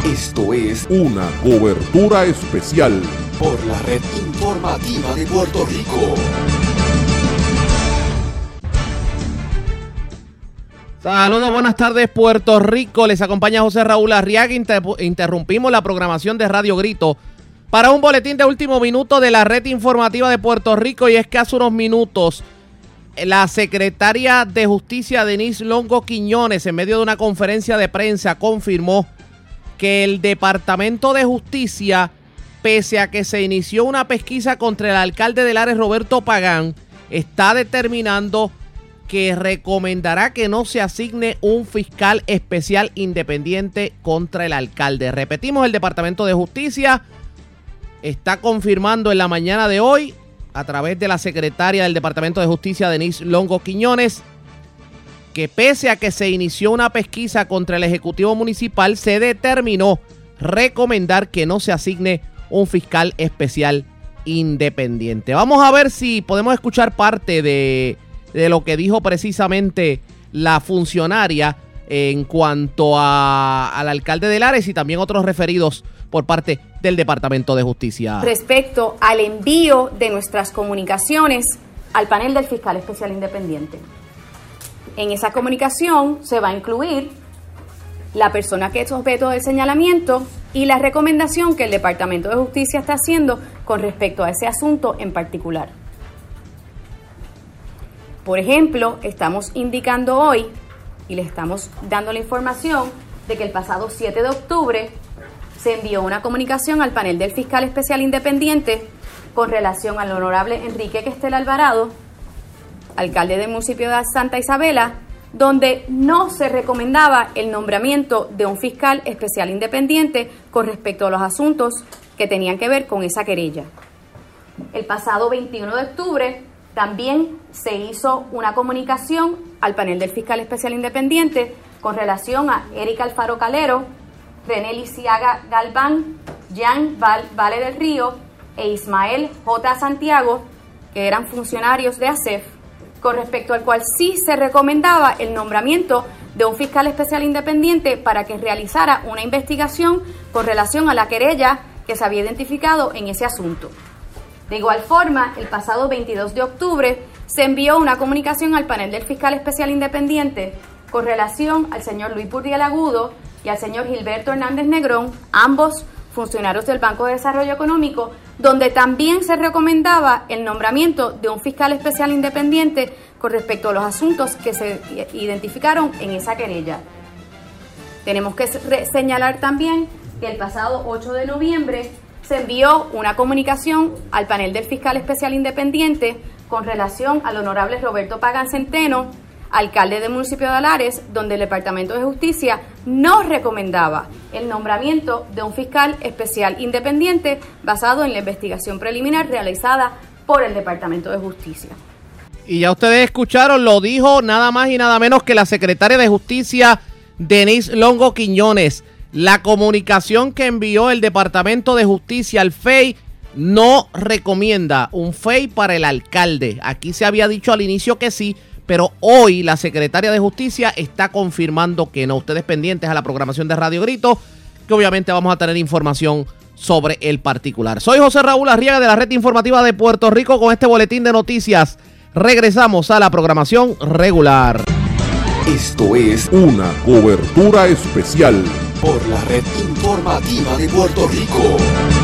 Esto es una cobertura especial por la Red Informativa de Puerto Rico. Saludos, buenas tardes Puerto Rico, les acompaña José Raúl Arriaga. Interrumpimos la programación de Radio Grito para un boletín de último minuto de la Red Informativa de Puerto Rico, y es que hace unos minutos la secretaria de Justicia Denise Longo Quiñones, en medio de una conferencia de prensa, confirmó que el Departamento de Justicia, pese a que se inició una pesquisa contra el alcalde de Lares, Roberto Pagán, está determinando que recomendará que no se asigne un fiscal especial independiente contra el alcalde. Repetimos, el Departamento de Justicia está confirmando en la mañana de hoy, a través de la secretaria del Departamento de Justicia, Denise Longo Quiñones, que pese a que se inició una pesquisa contra el Ejecutivo Municipal, se determinó recomendar que no se asigne un fiscal especial independiente. Vamos a ver si podemos escuchar parte de lo que dijo precisamente la funcionaria en cuanto al alcalde de Lares y también otros referidos por parte del Departamento de Justicia. Respecto al envío de nuestras comunicaciones al panel del fiscal especial independiente. En esa comunicación se va a incluir la persona que es objeto del señalamiento y la recomendación que el Departamento de Justicia está haciendo con respecto a ese asunto en particular. Por ejemplo, estamos indicando hoy y le estamos dando la información de que el pasado 7 de octubre se envió una comunicación al panel del fiscal especial independiente con relación al honorable Enrique Questel Alvarado, alcalde del municipio de Santa Isabela, donde no se recomendaba el nombramiento de un fiscal especial independiente con respecto a los asuntos que tenían que ver con esa querella. El pasado 21 de octubre también se hizo una comunicación al panel del fiscal especial independiente con relación a Erika Alfaro Calero, René Lisiaga Galván, Jan Vale del Río e Ismael J. Santiago, que eran funcionarios de ASEF, con respecto al cual sí se recomendaba el nombramiento de un fiscal especial independiente para que realizara una investigación con relación a la querella que se había identificado en ese asunto. De igual forma, el pasado 22 de octubre se envió una comunicación al panel del fiscal especial independiente con relación al señor Luis Burdiel Agudo y al señor Gilberto Hernández Negrón, ambos funcionarios del Banco de Desarrollo Económico, donde también se recomendaba el nombramiento de un fiscal especial independiente con respecto a los asuntos que se identificaron en esa querella. Tenemos que señalar también que el pasado 8 de noviembre se envió una comunicación al panel del fiscal especial independiente con relación al honorable Roberto Pagán Centeno, alcalde del municipio de Lares, donde el Departamento de Justicia no recomendaba el nombramiento de un fiscal especial independiente basado en la investigación preliminar realizada por el Departamento de Justicia. Y ya ustedes escucharon, lo dijo nada más y nada menos que la secretaria de Justicia, Denise Longo Quiñones. La comunicación que envió el Departamento de Justicia al FEI no recomienda un FEI para el alcalde. Aquí se había dicho al inicio que sí, pero hoy la secretaria de Justicia está confirmando que no. Ustedes pendientes a la programación de Radio Grito, que obviamente vamos a tener información sobre el particular. Soy José Raúl Arriaga de la Red Informativa de Puerto Rico con este boletín de noticias. Regresamos a la programación regular. Esto es una cobertura especial por la Red Informativa de Puerto Rico.